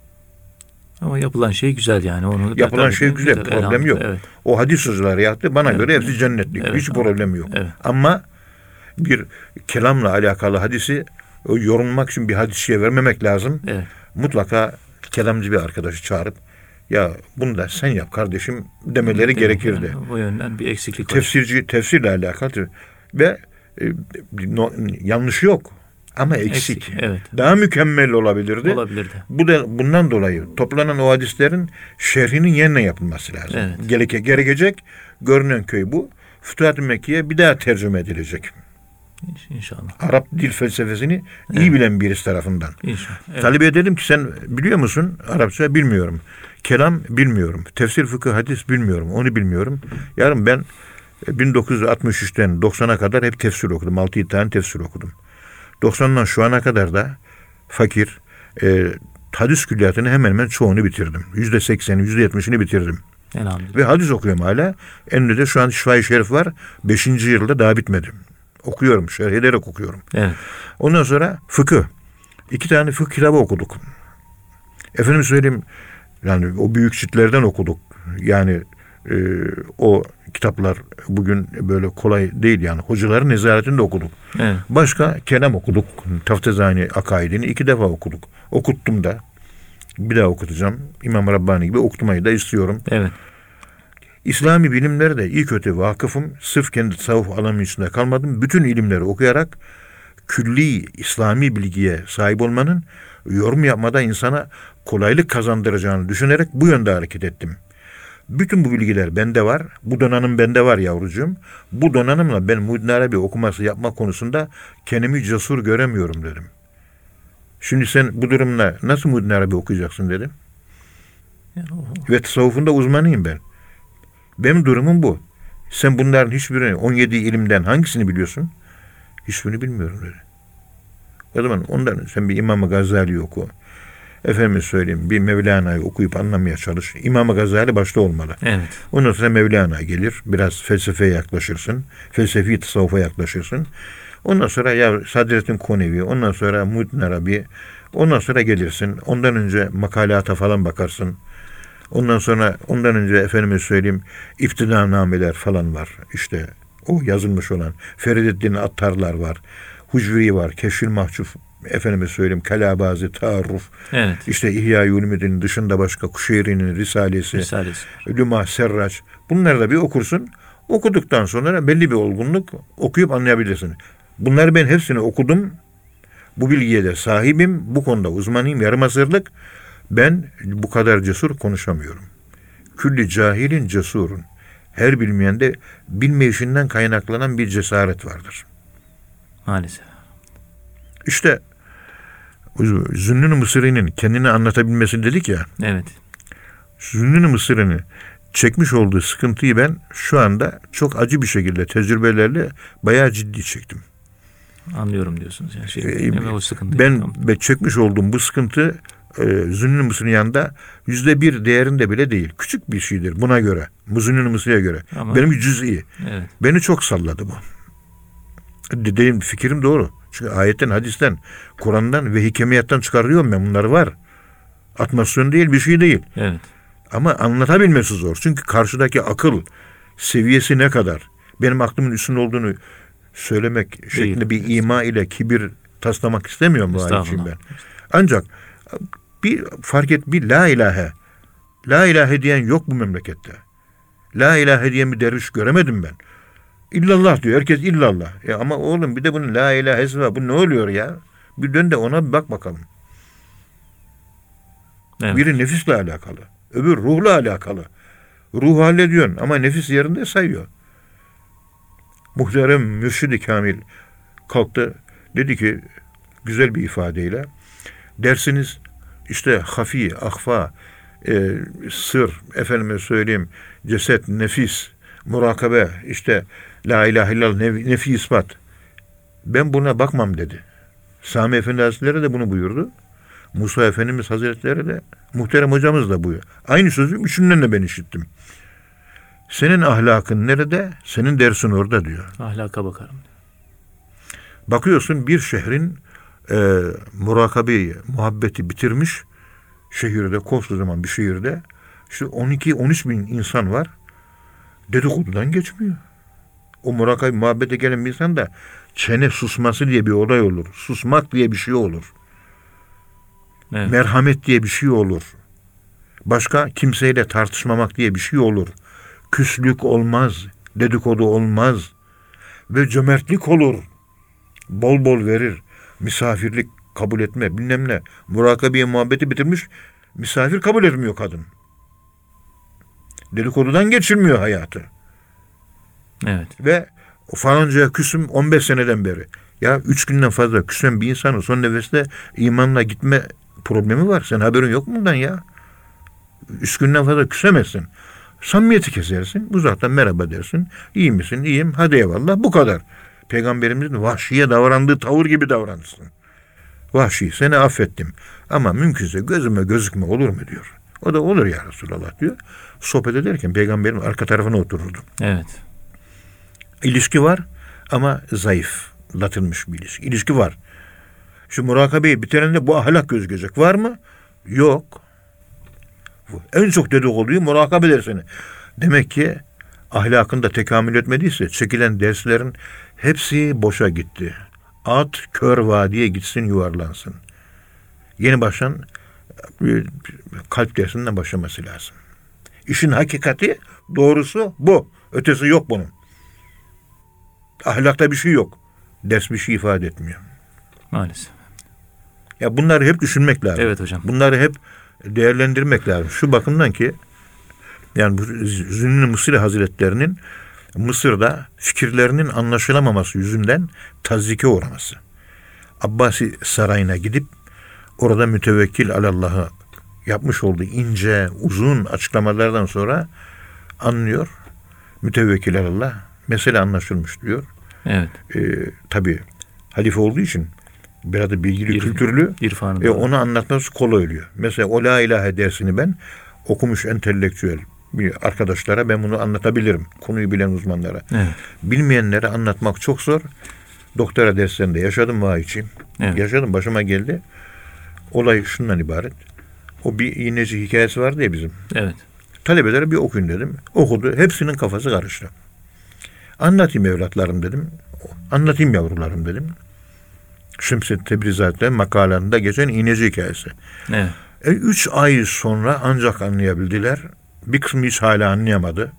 Ama yapılan şey güzel yani. Onu yapılan şey güzel, problem yok. Evet. O hadis hocaları yaptı. Bana göre hepsi cennetlik. Evet. Hiç problem yok. Evet. Ama bir kelamla alakalı hadisi yorumlamak için bir hadisçiye vermemek lazım. Evet. Mutlaka kelamcı bir arkadaşı çağırıp ya bunu da sen yap kardeşim demeleri gerekirdi. Yani o yönden bir eksiklik var. Tefsirle alakalı ve yanlış yok ama eksik. Evet. Daha mükemmel olabilirdi. Olabilirdi. Bundan dolayı toplanan o hadislerin şerhinin yeniden yapılması lazım. Evet. Gerekecek. Görünen köy bu. Fütuhat-ı Mekke'ye bir daha tercüme edilecek. İnşallah. Arap dil felsefesini iyi bilen birisi tarafından. İnşallah. Evet. Talebeye dedim ki sen biliyor musun? Arapça bilmiyorum. Kelam bilmiyorum. Tefsir, fıkıh, hadis bilmiyorum. Onu bilmiyorum. Yarın ben 1963'ten 90'a kadar hep tefsir okudum. 6-7 tane tefsir okudum. 90'dan şu ana kadar da fakir hadis külliyatını hemen hemen çoğunu bitirdim. %80'i, %70'ini bitirdim. Elhamdülillah. Ve hadis okuyorum hala. Elimde de şu an Şifa-i Şerif var. 5. yılda daha bitmedi. Okuyorum, şerh ederek okuyorum. Evet. Ondan sonra fıkıh. 2 tane fıkıh kitabı okuduk. Efendim söyleyeyim, yani o büyük ciltlerden okuduk. Yani o kitaplar bugün böyle kolay değil yani. Hocaların nezaretinde okuduk. Evet. Başka kelam okuduk. Taftazani Akaidini 2 defa okuduk. Okuttum da. Bir daha okutacağım. İmam Rabbani gibi okutmayı da istiyorum. Evet. İslami bilimlere de iyi kötü vakıfım. Sırf kendi tasavvuf alanı içinde kalmadım. Bütün ilimleri okuyarak külli İslami bilgiye sahip olmanın yorum yapmada insana kolaylık kazandıracağını düşünerek bu yönde hareket ettim. Bütün bu bilgiler bende var. Bu donanım bende var yavrucuğum. Bu donanımla ben Muhyiddin Arabi okuması yapmak konusunda kendimi cesur göremiyorum dedim. Şimdi sen bu durumla nasıl Muhyiddin Arabi okuyacaksın dedim. Ve tasavvufun da uzmanıyım ben. Benim durumum bu. Sen bunların hiçbirini 17 ilimden hangisini biliyorsun? Hiçbirini bilmiyorum dedi. O zaman ondan sen bir İmam-ı Gazali'yi oku. Efendim söyleyeyim bir Mevlana'yı okuyup anlamaya çalış. İmam-ı Gazali başta olmalı. Evet. Ondan sonra Mevlana gelir. Biraz felsefeye yaklaşırsın. Felsefi tasavvufa yaklaşırsın. Ondan sonra ya Sadrettin Konevi, ondan sonra Muhyiddin Arabi, ondan sonra gelirsin. Ondan önce makalata falan bakarsın. Ondan önce efendime söyleyeyim iftidanameler falan var. İşte o yazılmış olan Feridettin Attarlar var. Hucveri var. Keşfül Mahçuf, efendime söyleyeyim Kalabazi, Taarruf. Evet. İşte İhya-i Ulumuddin'in dışında başka Kuşeyri'nin Risalesi. Lüma Serraç. Bunları da bir okursun. Okuduktan sonra belli bir olgunluk okuyup anlayabilirsin. Bunları ben hepsini okudum. Bu bilgiye de sahibim. Bu konuda uzmanıyım. Yarım asırlık. Ben bu kadar cesur konuşamıyorum. Külli cahilin cesurun. Her bilmeyende bilmeyişinden kaynaklanan bir cesaret vardır. Maalesef. İşte Zünnun-i Mısri'nin kendini anlatabilmesi dedik ya. Evet. Zünnun-i Mısri'nin çekmiş olduğu sıkıntıyı ben şu anda çok acı bir şekilde tecrübelerle bayağı ciddi çektim. Anlıyorum diyorsunuz. Yani o sıkıntı. Ben çekmiş olduğum bu sıkıntı Zünnun-i Mısri'nin yanında %1 değerinde bile değil. Küçük bir şeydir buna göre. Zünnun-i Mısri'ye göre. Ama, benim cüz'i. Evet. Beni çok salladı bu. Dediğim fikrim doğru. Çünkü ayetten, hadisten, Kur'an'dan ve hikemiyattan çıkarıyorum ben. Bunlar var. Atmasyon değil, bir şey değil. Evet. Ama anlatabilmesi zor. Çünkü karşıdaki akıl seviyesi ne kadar? Benim aklımın üstünde olduğunu söylemek şeklinde bir ima ile kibir taslamak istemiyorum bu ayet için ben. Ancak bir la ilahe. La ilahe diyen yok bu memlekette. La ilahe diyen bir derviş göremedim ben. İllallah diyor. Herkes illallah. Ama oğlum bir de bunun la ilahesi var. Bu ne oluyor ya? Bir dön de ona bir bak bakalım. Evet. Biri nefisle alakalı. Öbür ruhla alakalı. Ruh hallediyorsun ama nefis yerinde sayıyor. Muhterem Mürşid-i Kamil kalktı. Dedi ki güzel bir ifadeyle dersiniz işte hafi, ahfa, sır, efendime söyleyeyim ceset, nefis, murakabe, işte la ilahe illallah, nefi ispat. Ben buna bakmam dedi. Sami Efendi Hazretleri de bunu buyurdu. Musa Efendimiz Hazretleri de, muhterem hocamız da buyuruyor. Aynı sözü üçünden de ben işittim. Senin ahlakın nerede? Senin dersin orada diyor. Ahlaka bakarım. Bakıyorsun bir şehrin murakabeyi, muhabbeti bitirmiş. Şehirde, koskocaman bir şehirde işte 12-13 bin insan var. Dedikodudan geçmiyor. O murakabe muhabbete gelen bir insan da çene susması diye bir olay olur. Susmak diye bir şey olur. Evet. Merhamet diye bir şey olur. Başka kimseyle tartışmamak diye bir şey olur. Küslük olmaz. Dedikodu olmaz. Ve cömertlik olur. Bol bol verir. Misafirlik kabul etme. Bilmem ne. Murakabeye muhabbeti bitirmiş. Misafir kabul etmiyor kadın. Dedikodudan geçirmiyor hayatı. Evet. Ve falancaya küsüm 15 seneden beri. Ya 3 günden fazla küsen bir insanın son nefeste imanla gitme problemi var. Sen haberin yok mu bundan ya? 3 günden fazla küsemezsin. Samimiyeti kesersin. Uzaktan merhaba dersin. İyi misin? İyiyim. Hadi eyvallah. Bu kadar. Peygamberimizin vahşiye davrandığı tavır gibi davranırsın. Vahşi seni affettim. Ama mümkünse gözüme gözükme olur mu diyor. O da olur ya Resulallah diyor. Sohbet ederken peygamberin arka tarafına otururdu. Evet. İlişki var ama zayıflatılmış bir ilişki. İlişki var. Şu murakabeyi bitirende bu ahlak gözükecek. Var mı? Yok. En çok dedikoduyu murakabe eder seni. Demek ki ahlakında tekamül etmediyse çekilen derslerin hepsi boşa gitti. At kör vadiye gitsin yuvarlansın. Yeni baştan kalp dersinden başlaması lazım. İşin hakikati doğrusu bu. Ötesi yok bunun. Ahlakta bir şey yok. Ders bir şey ifade etmiyor. Maalesef. Ya bunları hep düşünmek lazım. Evet hocam. Bunları hep değerlendirmek lazım. Şu bakımdan ki Yani bu Zünnü Mısri Hazretlerinin Mısır'da fikirlerinin anlaşılamaması yüzünden tazyike uğraması. Abbasi Sarayı'na gidip orada mütevekkil alallah'ı yapmış olduğu ince, uzun açıklamalardan sonra anlıyor. Mütevekkil alallah mesele anlaşılmış diyor. Evet. Tabii halife olduğu için biraz da bilgili, kültürlü. Onu anlatması kolay oluyor. Mesela o la ilahe dersini ben okumuş entelektüel bir arkadaşlara ben bunu anlatabilirim. Konuyu bilen uzmanlara. Evet. Bilmeyenlere anlatmak çok zor. Doktora derslerinde yaşadım vahiyçiyim. Evet. Yaşadım, başıma geldi. Olay şundan ibaret. O bir iğneci hikayesi vardı ya bizim. Evet. Talebelere bir okuyun dedim. Okudu. Hepsinin kafası karıştı. Anlatayım evlatlarım dedim. Anlatayım yavrularım dedim. Şems-i Tebrizat'ta makalarında geçen iğneci hikayesi. Evet. 3 ay sonra ancak anlayabildiler. Bir kısmı hiç hala anlayamadı.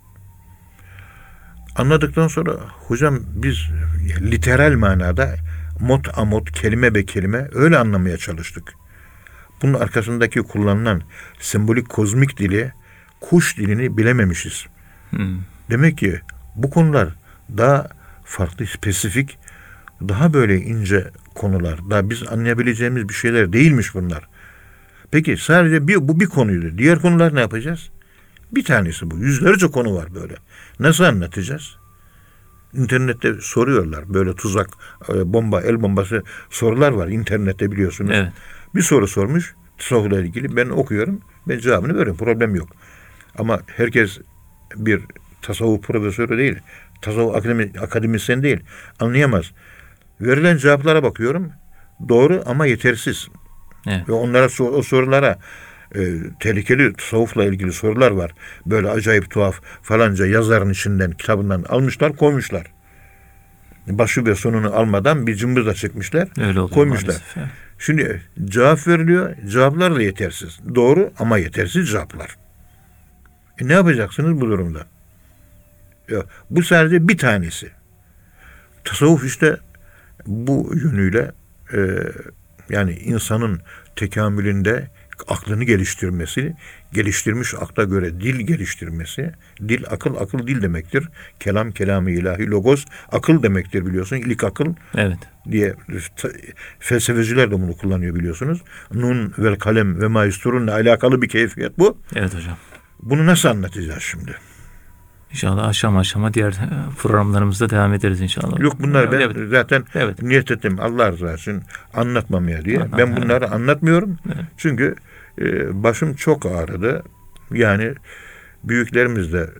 Anladıktan sonra hocam biz literal manada mot a mot, kelime be kelime öyle anlamaya çalıştık. Bunun arkasındaki kullanılan sembolik kozmik dili, kuş dilini bilememişiz. Demek ki bu konular daha farklı, spesifik, daha böyle ince konular. Daha biz anlayabileceğimiz bir şeyler değilmiş bunlar. Peki sadece bu bir konuydu. Diğer konular ne yapacağız? Bir tanesi bu. Yüzlerce konu var böyle. Nasıl anlatacağız? İnternette soruyorlar. Böyle tuzak, bomba, el bombası sorular var. İnternette biliyorsunuz. Evet. Bir soru sormuş. Tasavvufla ilgili. Ben okuyorum. Ben cevabını veriyorum. Problem yok. Ama herkes bir tasavvuf profesörü değil. Tasavvuf akademisyen değil. Anlayamaz. Verilen cevaplara bakıyorum. Doğru ama yetersiz. Evet. Ve onlara o sorulara tehlikeli tasavvufla ilgili sorular var. Böyle acayip tuhaf falanca yazarın içinden kitabından almışlar koymuşlar. Başı ve sonunu almadan bir cımbızla çekmişler. Koymuşlar. Evet. Şimdi cevap veriliyor. Cevaplar da yetersiz. Doğru ama yetersiz cevaplar. Ne yapacaksınız bu durumda? Ya, bu sadece bir tanesi. Tasavvuf işte bu yönüyle yani insanın tekamülünde aklını geliştirmesi, geliştirmiş akla göre dil geliştirmesi, dil akıl, akıl dil demektir. Kelam, kelam-ı ilahi, logos akıl demektir biliyorsun. İlk akıl diye felsefeciler de bunu kullanıyor biliyorsunuz. Nun vel kalem ve maisturunla alakalı bir keyfiyet bu. Evet hocam. Bunu nasıl anlatacağız şimdi? İnşallah aşama diğer programlarımızda devam ederiz inşallah. Yok bunlar ben zaten niyet ettim Allah rızası için anlatmamaya diye. Ben bunları anlatmıyorum. Evet. Çünkü başım çok ağrıdı. Yani büyüklerimiz de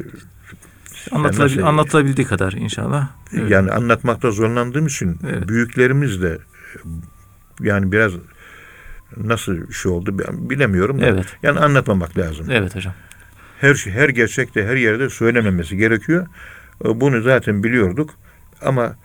anlatılabildiği kadar inşallah. Evet. Yani anlatmakta zorlandığım için büyüklerimiz de yani biraz nasıl şey oldu bilemiyorum da. Evet. Yani anlatmamak lazım. Evet hocam. Her gerçekte her yerde söylememesi gerekiyor. Bunu zaten biliyorduk. Ama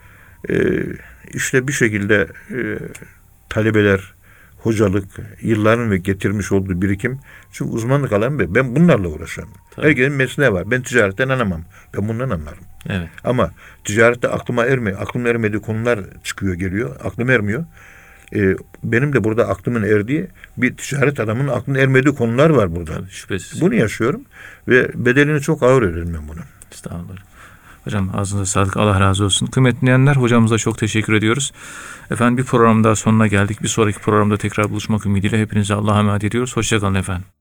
işte bir şekilde talebeler, hocalık, yılların ve getirmiş olduğu birikim. Çünkü uzmanlık alanı ben bunlarla uğraşıyorum. Tabii. Herkesin mesleği var. Ben ticaretten anlamam. Ben bundan anlarım. Evet. Ama ticarette aklım ermediği konular çıkıyor geliyor. Aklım ermiyor. Benim de burada aklımın erdiği bir ticaret adamının aklının ermediği konular var burada. Tabii, şüphesiz. Bunu yaşıyorum ve bedelini çok ağır ödedim ben bunun. Estağfurullah. Hocam ağzınıza sağlık. Allah razı olsun. Kıymetli dinleyenler, hocamıza çok teşekkür ediyoruz. Efendim bir program daha sonuna geldik. Bir sonraki programda tekrar buluşmak ümidiyle hepinize Allah'a emanet ediyoruz. Hoşça kalın efendim.